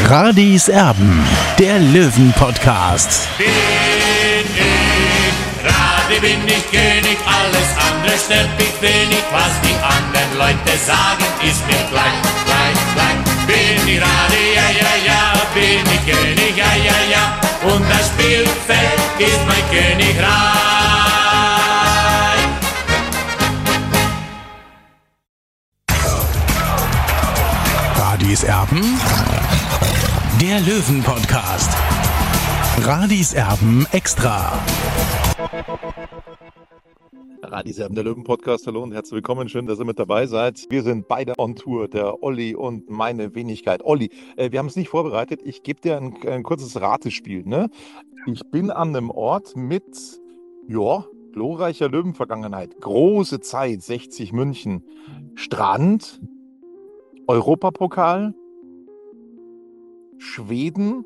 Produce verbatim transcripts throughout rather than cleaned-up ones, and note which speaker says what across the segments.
Speaker 1: Radis Erben, der Löwen-Podcast.
Speaker 2: Bin ich, Radi bin ich König, alles andere stört mich wenig, was die anderen Leute sagen, ist mir gleich, gleich, gleich. Bin ich Radi, ja, ja, ja, bin ich König, ja, ja, ja, und das Spielfeld ist mein Königreich.
Speaker 1: Radis Erben, der Löwen-Podcast. Radis Erben extra.
Speaker 3: Radis Erben, der Löwen-Podcast. Hallo und herzlich willkommen. Schön, dass ihr mit dabei seid. Wir sind beide on Tour, der Olli und meine Wenigkeit. Olli, äh, wir haben es nicht vorbereitet. Ich gebe dir ein, ein kurzes Ratespiel. Ne? Ich bin an einem Ort mit, ja, glorreicher Löwenvergangenheit. Große Zeit, sechzig München. Strand, Europapokal, Schweden.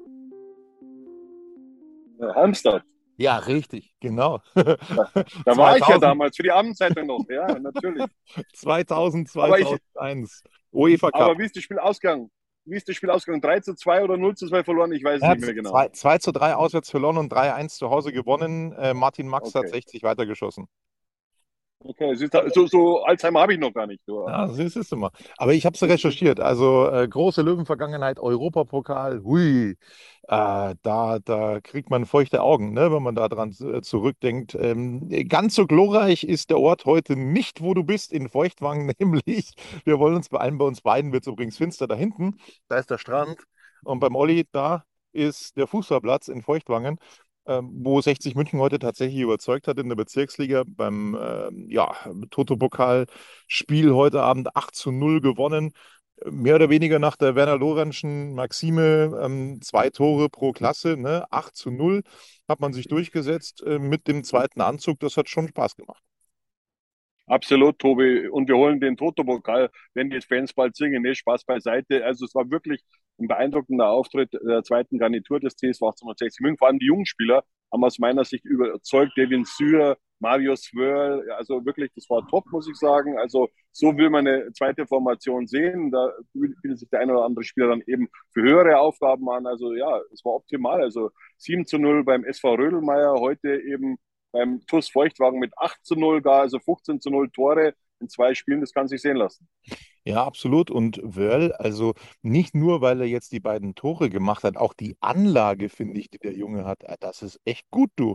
Speaker 4: Halmstad.
Speaker 3: Ja, richtig, genau.
Speaker 4: Da, da war ich ja damals für die Abendzeitung noch, ja, natürlich.
Speaker 3: zweitausend,
Speaker 4: Aber ich-
Speaker 3: zweitausendeins. UEFA Cup.
Speaker 4: Aber wie ist das Spiel ausgegangen? Wie ist das Spiel ausgegangen? drei zu zwei oder null zu zwei verloren? Ich weiß es
Speaker 3: Er hat
Speaker 4: nicht mehr genau.
Speaker 3: zwei, zwei zu drei auswärts verloren und drei eins zu Hause gewonnen. Äh, Martin Max hat
Speaker 4: Okay.
Speaker 3: sechzig weitergeschossen.
Speaker 4: Okay, es ist, so, so Alzheimer habe ich noch gar nicht. So.
Speaker 3: Ja, das ist es immer. Aber ich habe es recherchiert. Also äh, große Löwenvergangenheit, Europapokal, hui. Äh, da, da kriegt man feuchte Augen, ne, wenn man da dran äh, zurückdenkt. Ähm, ganz so glorreich ist der Ort heute nicht, wo du bist, in Feuchtwangen nämlich. Wir wollen uns bei allem, bei uns beiden wird es übrigens finster da hinten. Da ist der Strand. Und beim Olli, da ist der Fußballplatz in Feuchtwangen, ähm, wo sechzig München heute tatsächlich überzeugt hat in der Bezirksliga beim ähm, ja, Toto-Pokal-Spiel heute Abend acht zu null gewonnen. Mehr oder weniger nach der Werner-Lorenzschen Maxime, ähm, zwei Tore pro Klasse, ne? acht zu null hat man sich durchgesetzt äh, mit dem zweiten Anzug. Das hat schon Spaß gemacht.
Speaker 4: Absolut, Tobi. Und wir holen den Toto-Pokal, wenn die Fans bald singen. Nee, Spaß beiseite. Also es war wirklich ein beeindruckender Auftritt der zweiten Garnitur des T S V achtzehnhundertsechzig München. Vor allem die jungen Spieler haben aus meiner Sicht überzeugt. Devin Syr, Mario Swirl, also wirklich, das war top, muss ich sagen. Also so will man eine zweite Formation sehen. Da bietet sich der eine oder andere Spieler dann eben für höhere Aufgaben an. Also ja, es war optimal. Also sieben zu null beim S V Rödelmeier, heute eben beim T U S Feuchtwagen mit acht zu null gar, also fünfzehn zu null Tore in zwei Spielen, das kann sich sehen lassen.
Speaker 3: Ja, absolut. Und Wörl, also nicht nur, weil er jetzt die beiden Tore gemacht hat, auch die Anlage, finde ich, die der Junge hat, äh, das ist echt gut, du.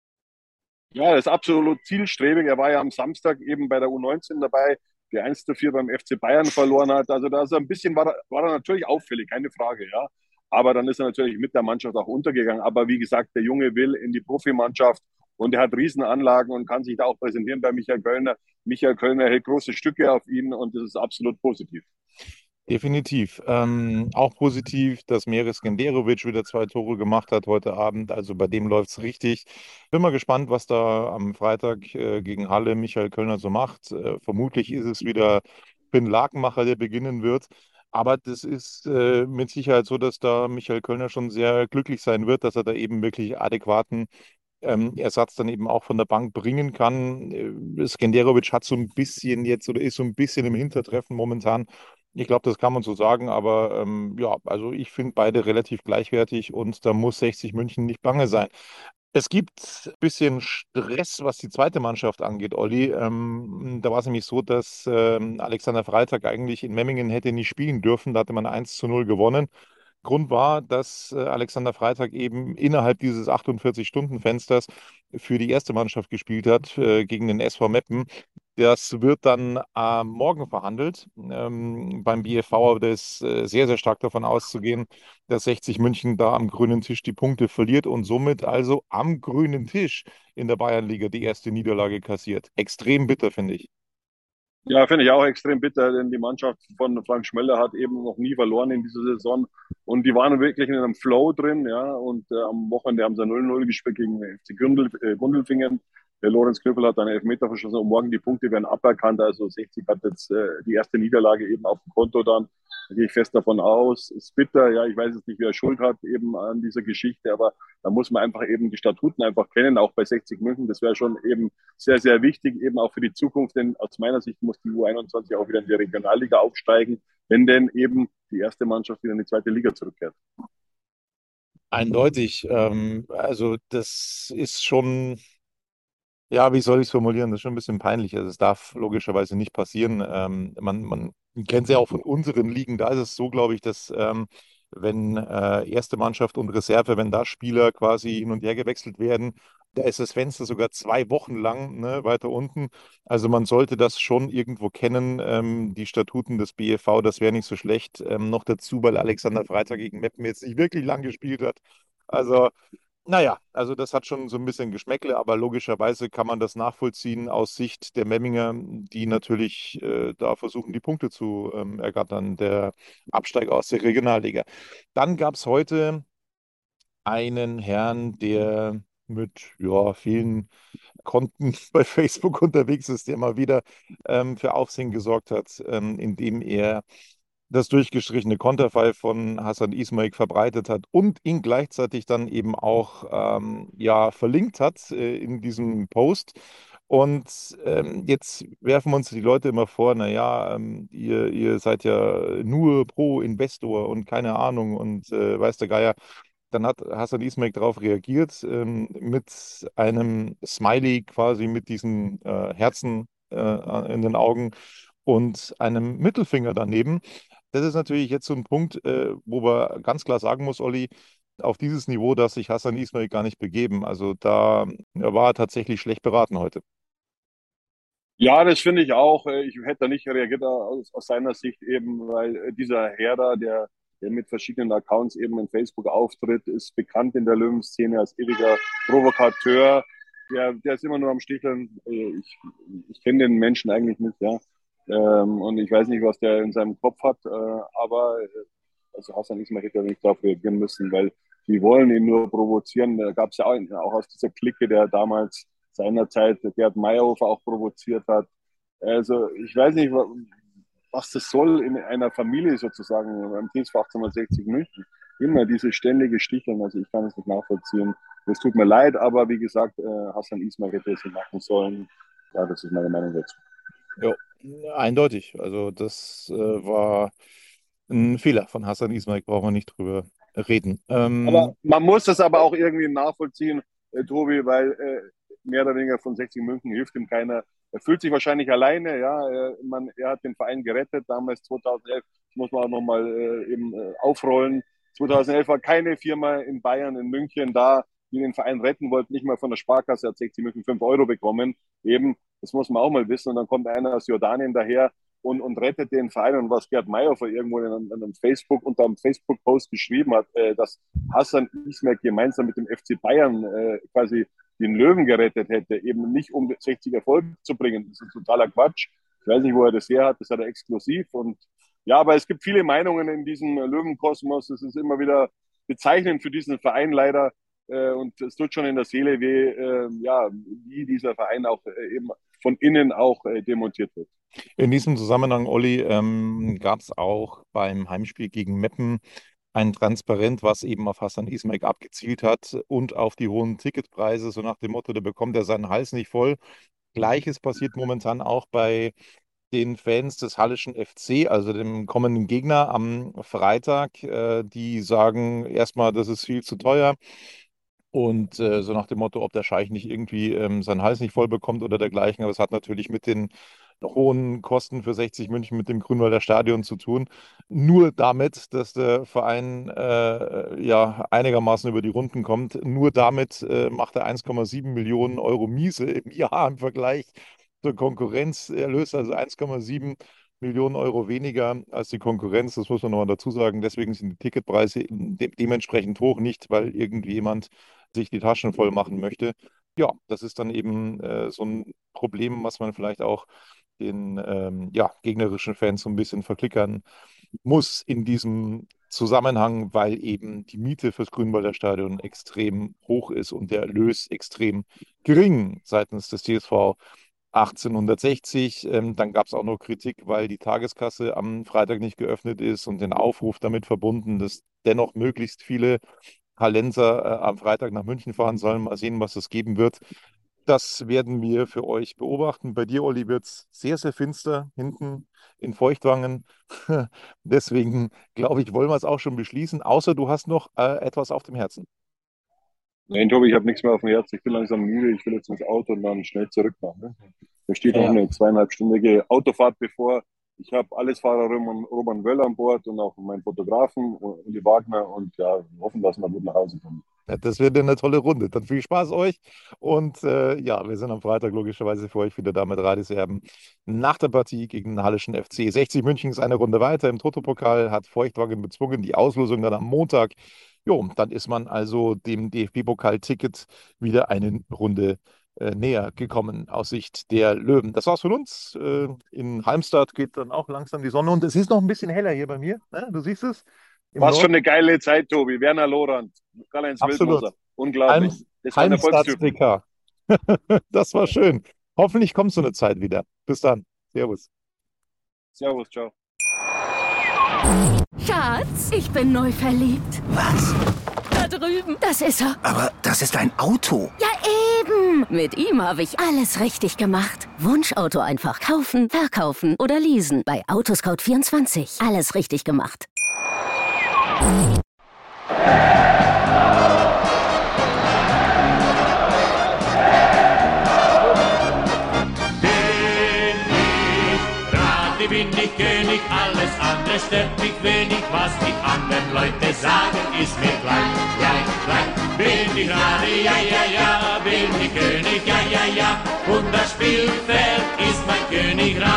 Speaker 4: Ja, das ist absolut zielstrebig. Er war ja am Samstag eben bei der U neunzehn dabei, die eins zu vier beim F C Bayern verloren hat. Also da ist er ein bisschen, war er, war er natürlich auffällig, keine Frage, ja. Aber dann ist er natürlich mit der Mannschaft auch untergegangen. Aber wie gesagt, der Junge will in die Profimannschaft und er hat Riesenanlagen und kann sich da auch präsentieren bei Michael Kölner. Michael Kölner hält große Stücke auf ihn und das ist absolut positiv.
Speaker 3: Definitiv. Ähm, auch positiv, dass Meris Genderovic wieder zwei Tore gemacht hat heute Abend. Also bei dem läuft es richtig. Bin mal gespannt, was da am Freitag äh, gegen Halle Michael Kölner so macht. Äh, vermutlich ist es wieder Finn Lakenmacher, der beginnen wird. Aber das ist äh, mit Sicherheit so, dass da Michael Kölner schon sehr glücklich sein wird, dass er da eben wirklich adäquaten ähm, Ersatz dann eben auch von der Bank bringen kann. Äh, Skenderovic hat so ein bisschen jetzt oder ist so ein bisschen im Hintertreffen momentan. Ich glaube, das kann man so sagen, aber ähm, ja, also ich finde beide relativ gleichwertig und da muss sechzig München nicht bange sein. Es gibt ein bisschen Stress, was die zweite Mannschaft angeht, Olli. Ähm, da war es nämlich so, dass ähm, Alexander Freitag eigentlich in Memmingen hätte nicht spielen dürfen. Da hatte man eins zu null gewonnen. Grund war, dass äh, Alexander Freitag eben innerhalb dieses achtundvierzig-Stunden-Fensters für die erste Mannschaft gespielt hat, äh, gegen den S V Meppen. Das wird dann äh, morgen verhandelt ähm, beim B F V, aber da ist äh, sehr, sehr stark davon auszugehen, dass sechzig München da am grünen Tisch die Punkte verliert und somit also am grünen Tisch in der Bayernliga die erste Niederlage kassiert. Extrem bitter, finde ich.
Speaker 4: Ja, finde ich auch extrem bitter, denn die Mannschaft von Frank Schmeller hat eben noch nie verloren in dieser Saison. Und die waren wirklich in einem Flow drin, ja. Und äh, am Wochenende haben sie null null gespielt gegen den F C Gundel, äh, Gundelfingen. Der Lorenz Knüppel hat einen Elfmeter verschossen und morgen die Punkte werden aberkannt. Also sechzig hat jetzt äh, die erste Niederlage eben auf dem Konto dann. Da gehe ich fest davon aus. Ist bitter, ja, ich weiß jetzt nicht, wer Schuld hat eben an dieser Geschichte, aber da muss man einfach eben die Statuten einfach kennen, auch bei sechzig München. Das wäre schon eben sehr, sehr wichtig, eben auch für die Zukunft, denn aus meiner Sicht muss die U einundzwanzig auch wieder in die Regionalliga aufsteigen, wenn denn eben die erste Mannschaft wieder in die zweite Liga zurückkehrt.
Speaker 3: Eindeutig. Ähm, also das ist schon, ja, wie soll ich es formulieren? Das ist schon ein bisschen peinlich. Also es darf logischerweise nicht passieren. Ähm, man, man kennt es ja auch von unseren Ligen. Da ist es so, glaube ich, dass ähm, wenn äh, erste Mannschaft und Reserve, wenn da Spieler quasi hin und her gewechselt werden, da ist das Fenster sogar zwei Wochen lang, ne, weiter unten. Also man sollte das schon irgendwo kennen. Ähm, die Statuten des B E V, das wäre nicht so schlecht. Ähm, noch dazu, weil Alexander Freitag gegen Meppen jetzt nicht wirklich lang gespielt hat. Also naja, also das hat schon so ein bisschen Geschmäckle, aber logischerweise kann man das nachvollziehen aus Sicht der Memminger, die natürlich äh, da versuchen, die Punkte zu ähm, ergattern, der Absteiger aus der Regionalliga. Dann gab es heute einen Herrn, der mit ja, vielen Konten bei Facebook unterwegs ist, der mal wieder ähm, für Aufsehen gesorgt hat, ähm, indem er das durchgestrichene Konterfei von Hassan Ismail verbreitet hat und ihn gleichzeitig dann eben auch ähm, ja, verlinkt hat äh, in diesem Post. Und ähm, jetzt werfen uns die Leute immer vor, naja, ähm, ihr, ihr seid ja nur pro Investor und keine Ahnung und äh, weiß der Geier. Dann hat Hassan Ismail darauf reagiert ähm, mit einem Smiley quasi mit diesen äh, Herzen äh, in den Augen und einem Mittelfinger daneben. Das ist natürlich jetzt so ein Punkt, äh, wo man ganz klar sagen muss, Olli, auf dieses Niveau darf sich Hassan Ismail gar nicht begeben. Also da äh, war er tatsächlich schlecht beraten heute.
Speaker 4: Ja, das finde ich auch. Äh, Ich hätte da nicht reagiert aus, aus seiner Sicht eben, weil äh, dieser Herr da, der, der mit verschiedenen Accounts eben in Facebook auftritt, ist bekannt in der Löwenszene als ewiger Provokateur. Der, der ist immer nur am Sticheln. Äh, Ich, ich kenne den Menschen eigentlich nicht, ja. Ähm, und ich weiß nicht, was der in seinem Kopf hat, äh, aber äh, also Hassan Ismail hätte ja nicht darauf reagieren müssen, weil die wollen ihn nur provozieren. Da gab es ja auch, auch aus dieser Clique, der damals seinerzeit Gerd Meyerhofer auch provoziert hat. Also ich weiß nicht, was das soll in einer Familie sozusagen, beim T S V achtzehnhundertsechzig München. Immer diese ständige Sticheln, also ich kann es nicht nachvollziehen. Es tut mir leid, aber wie gesagt, äh, Hassan Ismail hätte es machen sollen. Ja, das ist meine Meinung dazu.
Speaker 3: Ja, eindeutig. Also das äh, war ein Fehler von Hassan Ismail, brauchen wir nicht drüber reden.
Speaker 4: Aber
Speaker 3: Ähm,
Speaker 4: man muss das aber auch irgendwie nachvollziehen, äh, Tobi, weil äh, mehr oder weniger von sechzig München hilft ihm keiner. Er fühlt sich wahrscheinlich alleine, ja. Er, man, er hat den Verein gerettet, damals zweitausendelf, das muss man auch nochmal äh, eben äh, aufrollen. zweitausendelf war keine Firma in Bayern, in München da, die den Verein retten wollte, nicht mal von der Sparkasse hat sechzig München fünf Euro bekommen. Eben, das muss man auch mal wissen. Und dann kommt einer aus Jordanien daher, und, und rettet den Verein. Und was Gerd Meyerhofer irgendwo in einem, in einem Facebook, unter einem Facebook-Post geschrieben hat, äh, dass Hassan Ismail gemeinsam mit dem F C Bayern äh, quasi den Löwen gerettet hätte, eben nicht um sechzig Erfolg zu bringen. Das ist totaler Quatsch. Ich weiß nicht, wo er das her hat, das hat er exklusiv. Und ja, aber es gibt viele Meinungen in diesem Löwenkosmos. Es ist immer wieder bezeichnend für diesen Verein leider. Äh, und es tut schon in der Seele weh, äh, ja, wie dieser Verein auch äh, eben von innen auch äh, demontiert wird.
Speaker 3: in diesem Zusammenhang, Olli, ähm, gab es auch beim Heimspiel gegen Meppen ein Transparent, was eben auf Hassan Ismail abgezielt hat und auf die hohen Ticketpreise, so nach dem Motto, da bekommt er seinen Hals nicht voll. Gleiches passiert momentan auch bei den Fans des Hallischen F C, also dem kommenden Gegner am Freitag. Äh, die sagen erstmal, das ist viel zu teuer. Und äh, so nach dem Motto, ob der Scheich nicht irgendwie ähm, seinen Hals nicht voll bekommt oder dergleichen. Aber es hat natürlich mit den hohen Kosten für sechzig München mit dem Grünwalder Stadion zu tun. Nur damit, dass der Verein äh, ja einigermaßen über die Runden kommt. Nur damit äh, macht er eins Komma sieben Millionen Euro Miese im Jahr im Vergleich zur Konkurrenz. Er löst also eins Komma sieben Millionen Euro weniger als die Konkurrenz. Das muss man nochmal dazu sagen. Deswegen sind die Ticketpreise de dementsprechend hoch, nicht weil irgendjemand sich die Taschen voll machen möchte. Ja, das ist dann eben äh, so ein Problem, was man vielleicht auch den ähm, ja, gegnerischen Fans so ein bisschen verklickern muss in diesem Zusammenhang, weil eben die Miete fürs Grünwalder Stadion extrem hoch ist und der Erlös extrem gering seitens des T S V achtzehnhundertsechzig. Ähm, dann gab es auch noch Kritik, weil die Tageskasse am Freitag nicht geöffnet ist und den Aufruf damit verbunden, dass dennoch möglichst viele Hallenser äh, am Freitag nach München fahren sollen. Mal sehen, was es geben wird. Das werden wir für euch beobachten. Bei dir, Olli, wird es sehr, sehr finster hinten in Feuchtwangen. Deswegen glaube ich, wollen wir es auch schon beschließen, außer du hast noch äh, etwas auf dem Herzen.
Speaker 4: Nein, Tobi, ich habe nichts mehr auf dem Herzen. Ich bin langsam müde. Ich will jetzt ins Auto und dann schnell zurück machen. Ne? Da steht noch
Speaker 3: Ja.
Speaker 4: eine zweieinhalbstündige Autofahrt bevor. Ich habe alles Fahrer Roman, Roman Wöll an Bord und auch meinen Fotografen und die Wagner und ja, hoffen, dass wir gut nach Hause kommen.
Speaker 3: Ja, das wird eine tolle Runde. Dann viel Spaß euch. Und äh, ja, wir sind am Freitag logischerweise für euch wieder da mit Radis Erben nach der Partie gegen den Halleschen F C. sechzig München ist eine Runde weiter im Toto-Pokal, hat Feuchtwangen bezwungen. Die Auslosung dann am Montag. Jo, dann ist man also dem D F B-Pokal-Ticket wieder eine Runde äh, näher gekommen aus Sicht der Löwen. Das war's von uns. Äh, in Halmstad geht dann auch langsam die Sonne und es ist noch ein bisschen heller hier bei mir. Ne? Du siehst es. Im
Speaker 4: Was
Speaker 3: Norden.
Speaker 4: schon eine geile Zeit, Tobi. Werner Lorand, Karl-Heinz
Speaker 3: Absolut.
Speaker 4: Wildmoser. Unglaublich.
Speaker 3: Halm,
Speaker 4: Das war ein
Speaker 3: Halmstads
Speaker 4: Erfolgstyp.
Speaker 3: P K. Das war schön. Hoffentlich kommt so eine Zeit wieder. Bis dann. Servus.
Speaker 4: Servus, ciao.
Speaker 5: Schatz, ich bin neu verliebt.
Speaker 6: Was?
Speaker 5: Da drüben. Das ist er.
Speaker 6: Aber das ist ein Auto.
Speaker 5: Ja, eben. Mit ihm habe ich alles richtig gemacht. Wunschauto einfach kaufen, verkaufen oder leasen. Bei Autoscout vierundzwanzig. Alles richtig gemacht.
Speaker 2: Bin ich König, alles andere stört mich wenig, was die anderen Leute sagen, ist mir gleich, gleich, gleich. Bin ich Radi, ja, ja, ja, bin ich König, ja, ja, ja, und das Spielfeld ist mein Königreich.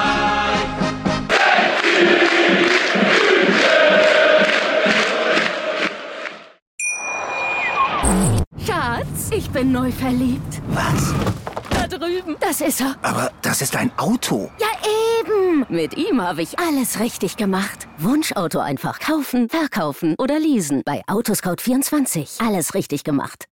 Speaker 5: Schatz, ich bin neu verliebt.
Speaker 6: Was?
Speaker 5: Da drüben. Das ist er.
Speaker 6: Aber das ist ein Auto.
Speaker 5: Ja, eben. Mit ihm habe ich alles richtig gemacht. Wunschauto einfach kaufen, verkaufen oder leasen. Bei Autoscout vierundzwanzig. Alles richtig gemacht.